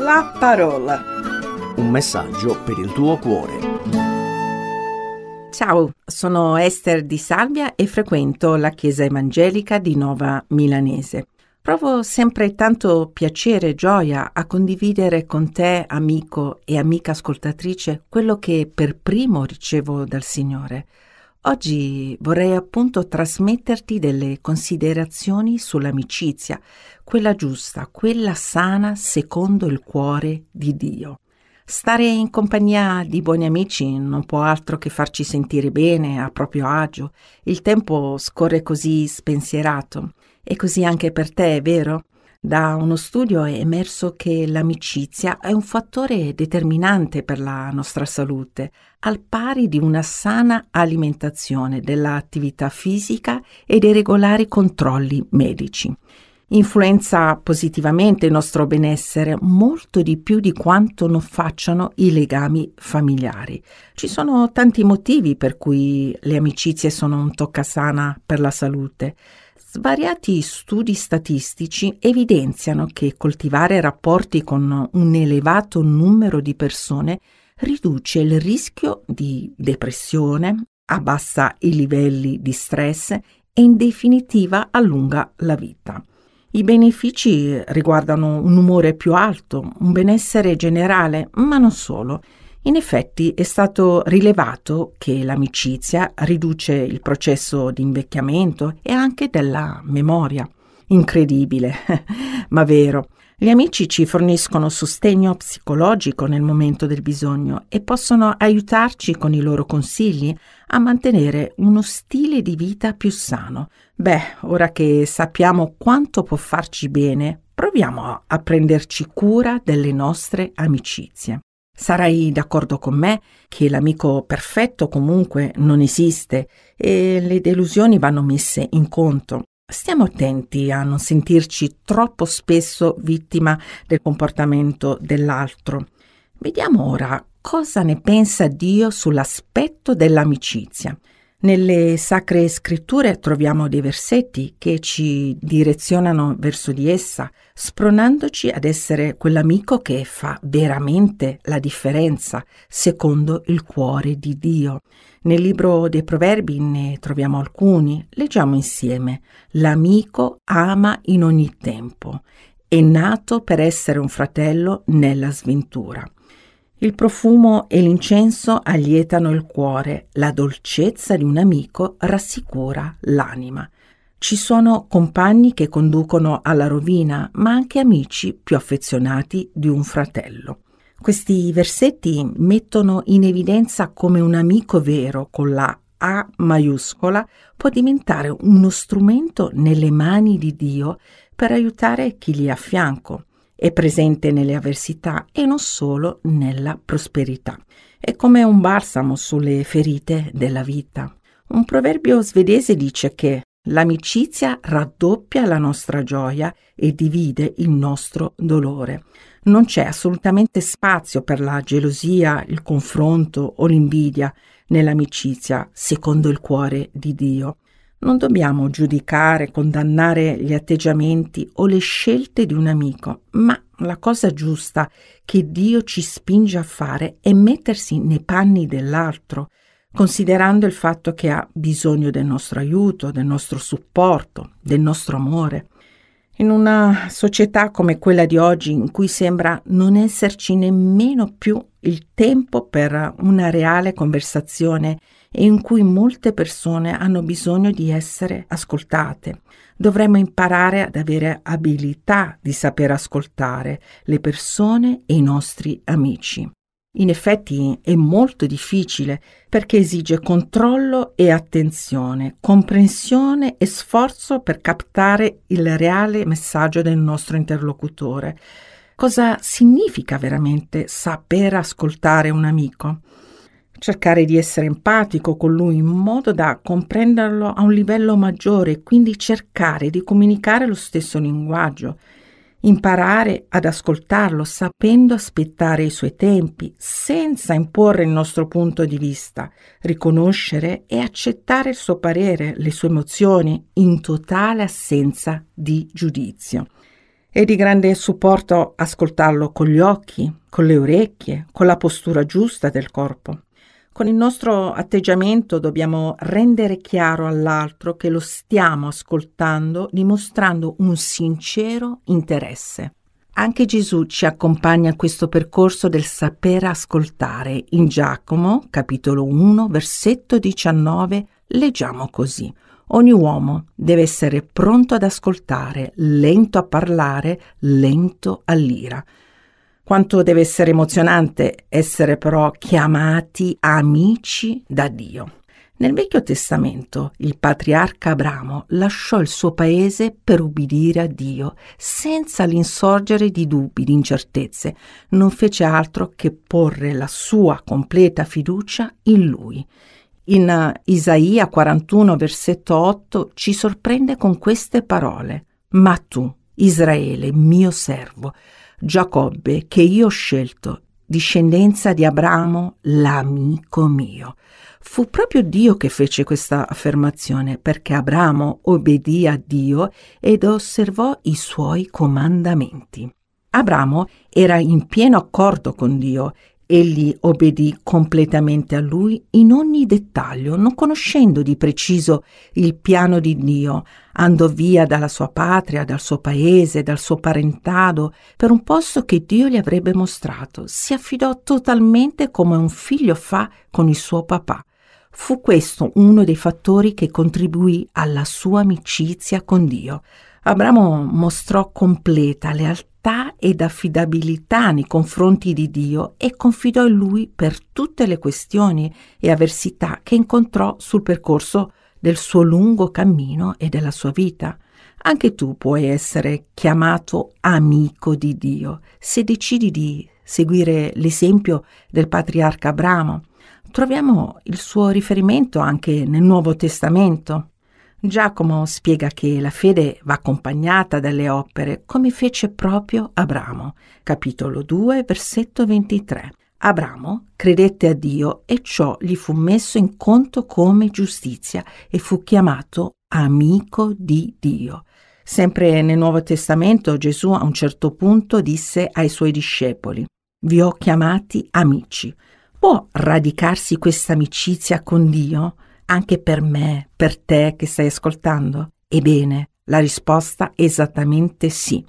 La parola. Un messaggio per il tuo cuore. Ciao, sono Ester Di Salvia e frequento la Chiesa Evangelica di Nova Milanese. Provo sempre tanto piacere e gioia a condividere con te, amico e amica ascoltatrice, quello che per primo ricevo dal Signore. Oggi vorrei appunto trasmetterti delle considerazioni sull'amicizia, quella giusta, quella sana secondo il cuore di Dio. Stare in compagnia di buoni amici non può altro che farci sentire bene, a proprio agio. Il tempo scorre così spensierato. E così anche per te, è vero? Da uno studio è emerso che l'amicizia è un fattore determinante per la nostra salute, al pari di una sana alimentazione, dell'attività fisica e dei regolari controlli medici. Influenza positivamente il nostro benessere molto di più di quanto non facciano i legami familiari. Ci sono tanti motivi per cui le amicizie sono un toccasana per la salute. Svariati studi statistici evidenziano che coltivare rapporti con un elevato numero di persone riduce il rischio di depressione, abbassa i livelli di stress e in definitiva allunga la vita. I benefici riguardano un umore più alto, un benessere generale, ma non solo. In effetti è stato rilevato che l'amicizia riduce il processo di invecchiamento e anche della memoria. Incredibile, ma vero. Gli amici ci forniscono sostegno psicologico nel momento del bisogno e possono aiutarci con i loro consigli a mantenere uno stile di vita più sano. Ora che sappiamo quanto può farci bene, proviamo a prenderci cura delle nostre amicizie. Sarai d'accordo con me che l'amico perfetto comunque non esiste e le delusioni vanno messe in conto. Stiamo attenti a non sentirci troppo spesso vittima del comportamento dell'altro. Vediamo ora cosa ne pensa Dio sull'aspetto dell'amicizia. Nelle Sacre Scritture troviamo dei versetti che ci direzionano verso di essa, spronandoci ad essere quell'amico che fa veramente la differenza, secondo il cuore di Dio. Nel libro dei Proverbi ne troviamo alcuni. Leggiamo insieme. L'amico ama in ogni tempo. È nato per essere un fratello nella sventura. Il profumo e l'incenso allietano il cuore, la dolcezza di un amico rassicura l'anima. Ci sono compagni che conducono alla rovina, ma anche amici più affezionati di un fratello. Questi versetti mettono in evidenza come un amico vero, con la A maiuscola, può diventare uno strumento nelle mani di Dio per aiutare chi gli è a fianco. È presente nelle avversità e non solo nella prosperità. È come un balsamo sulle ferite della vita. Un proverbio svedese dice che l'amicizia raddoppia la nostra gioia e divide il nostro dolore. Non c'è assolutamente spazio per la gelosia, il confronto o l'invidia nell'amicizia, secondo il cuore di Dio. Non dobbiamo giudicare, condannare gli atteggiamenti o le scelte di un amico, ma la cosa giusta che Dio ci spinge a fare è mettersi nei panni dell'altro, considerando il fatto che ha bisogno del nostro aiuto, del nostro supporto, del nostro amore. In una società come quella di oggi, in cui sembra non esserci nemmeno più il tempo per una reale conversazione e in cui molte persone hanno bisogno di essere ascoltate, dovremmo imparare ad avere abilità di saper ascoltare le persone e i nostri amici. In effetti è molto difficile perché esige controllo e attenzione, comprensione e sforzo per captare il reale messaggio del nostro interlocutore. Cosa significa veramente saper ascoltare un amico? Cercare di essere empatico con lui in modo da comprenderlo a un livello maggiore e quindi cercare di comunicare lo stesso linguaggio. Imparare ad ascoltarlo sapendo aspettare i suoi tempi, senza imporre il nostro punto di vista, riconoscere e accettare il suo parere, le sue emozioni, in totale assenza di giudizio. È di grande supporto ascoltarlo con gli occhi, con le orecchie, con la postura giusta del corpo. Con il nostro atteggiamento dobbiamo rendere chiaro all'altro che lo stiamo ascoltando, dimostrando un sincero interesse. Anche Gesù ci accompagna a questo percorso del sapere ascoltare. In Giacomo, capitolo 1, versetto 19, leggiamo così: ogni uomo deve essere pronto ad ascoltare, lento a parlare, lento all'ira. Quanto deve essere emozionante essere però chiamati amici da Dio. Nel Vecchio Testamento il patriarca Abramo lasciò il suo paese per ubbidire a Dio senza l'insorgere di dubbi, di incertezze. Non fece altro che porre la sua completa fiducia in Lui. In Isaia 41, versetto 8, ci sorprende con queste parole: «Ma tu, Israele, mio servo, Giacobbe, che io ho scelto, discendenza di Abramo, l'amico mio». Fu proprio Dio che fece questa affermazione, perché Abramo obbedì a Dio ed osservò i suoi comandamenti. Abramo era in pieno accordo con Dio. Egli obbedì completamente a Lui in ogni dettaglio, non conoscendo di preciso il piano di Dio. Andò via dalla sua patria, dal suo paese, dal suo parentado, per un posto che Dio gli avrebbe mostrato. Si affidò totalmente come un figlio fa con il suo papà. Fu questo uno dei fattori che contribuì alla sua amicizia con Dio. Abramo mostrò completa lealtà ed affidabilità nei confronti di Dio e confidò in Lui per tutte le questioni e avversità che incontrò sul percorso del suo lungo cammino e della sua vita. Anche tu puoi essere chiamato amico di Dio se decidi di seguire l'esempio del patriarca Abramo. Troviamo il suo riferimento anche nel Nuovo Testamento. Giacomo spiega che la fede va accompagnata dalle opere, come fece proprio Abramo. Capitolo 2, versetto 23. Abramo credette a Dio e ciò gli fu messo in conto come giustizia e fu chiamato amico di Dio. Sempre nel Nuovo Testamento Gesù a un certo punto disse ai suoi discepoli: «Vi ho chiamati amici». Può radicarsi questa amicizia con Dio anche per me, per te che stai ascoltando? Ebbene, la risposta è esattamente sì.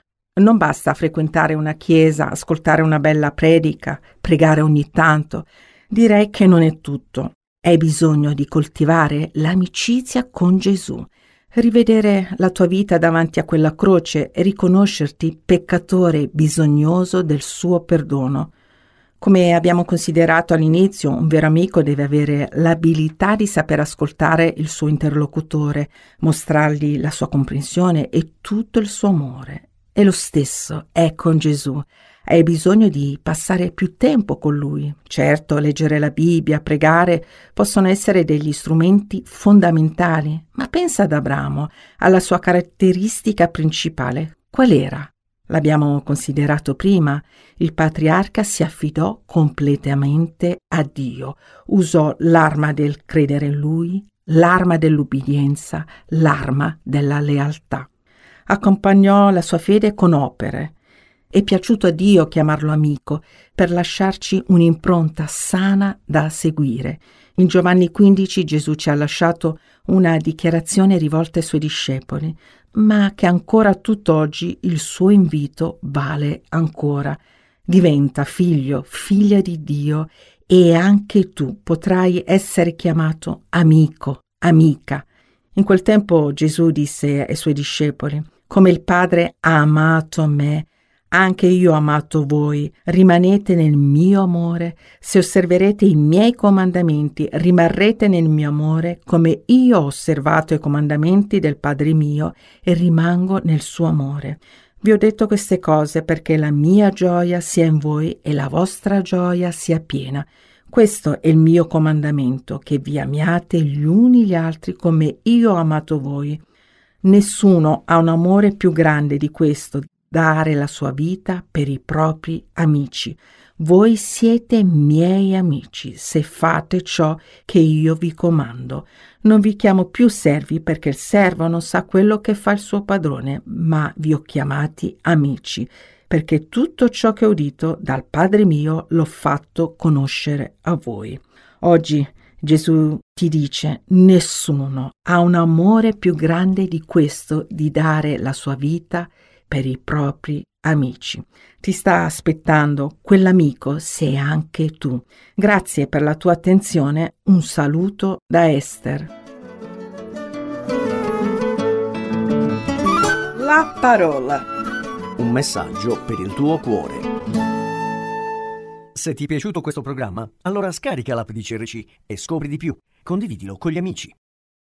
Non basta frequentare una chiesa, ascoltare una bella predica, pregare ogni tanto. Direi che non è tutto. Hai bisogno di coltivare l'amicizia con Gesù, rivedere la tua vita davanti a quella croce e riconoscerti peccatore bisognoso del suo perdono. Come abbiamo considerato all'inizio, un vero amico deve avere l'abilità di saper ascoltare il suo interlocutore, mostrargli la sua comprensione e tutto il suo amore. E lo stesso è con Gesù. Hai bisogno di passare più tempo con Lui. Certo, leggere la Bibbia, pregare possono essere degli strumenti fondamentali, ma pensa ad Abramo, alla sua caratteristica principale. Qual era? L'abbiamo considerato prima. Il patriarca si affidò completamente a Dio, usò l'arma del credere in Lui, l'arma dell'ubbidienza, l'arma della lealtà. Accompagnò la sua fede con opere. È piaciuto a Dio chiamarlo amico per lasciarci un'impronta sana da seguire. In Giovanni 15 Gesù ci ha lasciato una dichiarazione rivolta ai suoi discepoli, ma che ancora tutt'oggi il suo invito vale ancora. Diventa figlio, figlia di Dio e anche tu potrai essere chiamato amico, amica. In quel tempo Gesù disse ai suoi discepoli: «Come il Padre ha amato me, anche io ho amato voi, rimanete nel mio amore. Se osserverete i miei comandamenti, rimarrete nel mio amore, come io ho osservato i comandamenti del Padre mio e rimango nel suo amore. Vi ho detto queste cose perché la mia gioia sia in voi e la vostra gioia sia piena. Questo è il mio comandamento, che vi amiate gli uni gli altri come io ho amato voi. Nessuno ha un amore più grande di questo, dare la sua vita per i propri amici. Voi siete miei amici se fate ciò che io vi comando. Non vi chiamo più servi perché il servo non sa quello che fa il suo padrone, ma vi ho chiamati amici, perché tutto ciò che ho udito dal Padre mio l'ho fatto conoscere a voi. Oggi Gesù ti dice: nessuno ha un amore più grande di questo, di dare la sua vita per i propri amici. Ti sta aspettando quell'amico, sei anche tu. Grazie per la tua attenzione. Un saluto da Esther. La parola. Un messaggio per il tuo cuore. Se ti è piaciuto questo programma, allora scarica l'app di CRC e scopri di più. Condividilo con gli amici.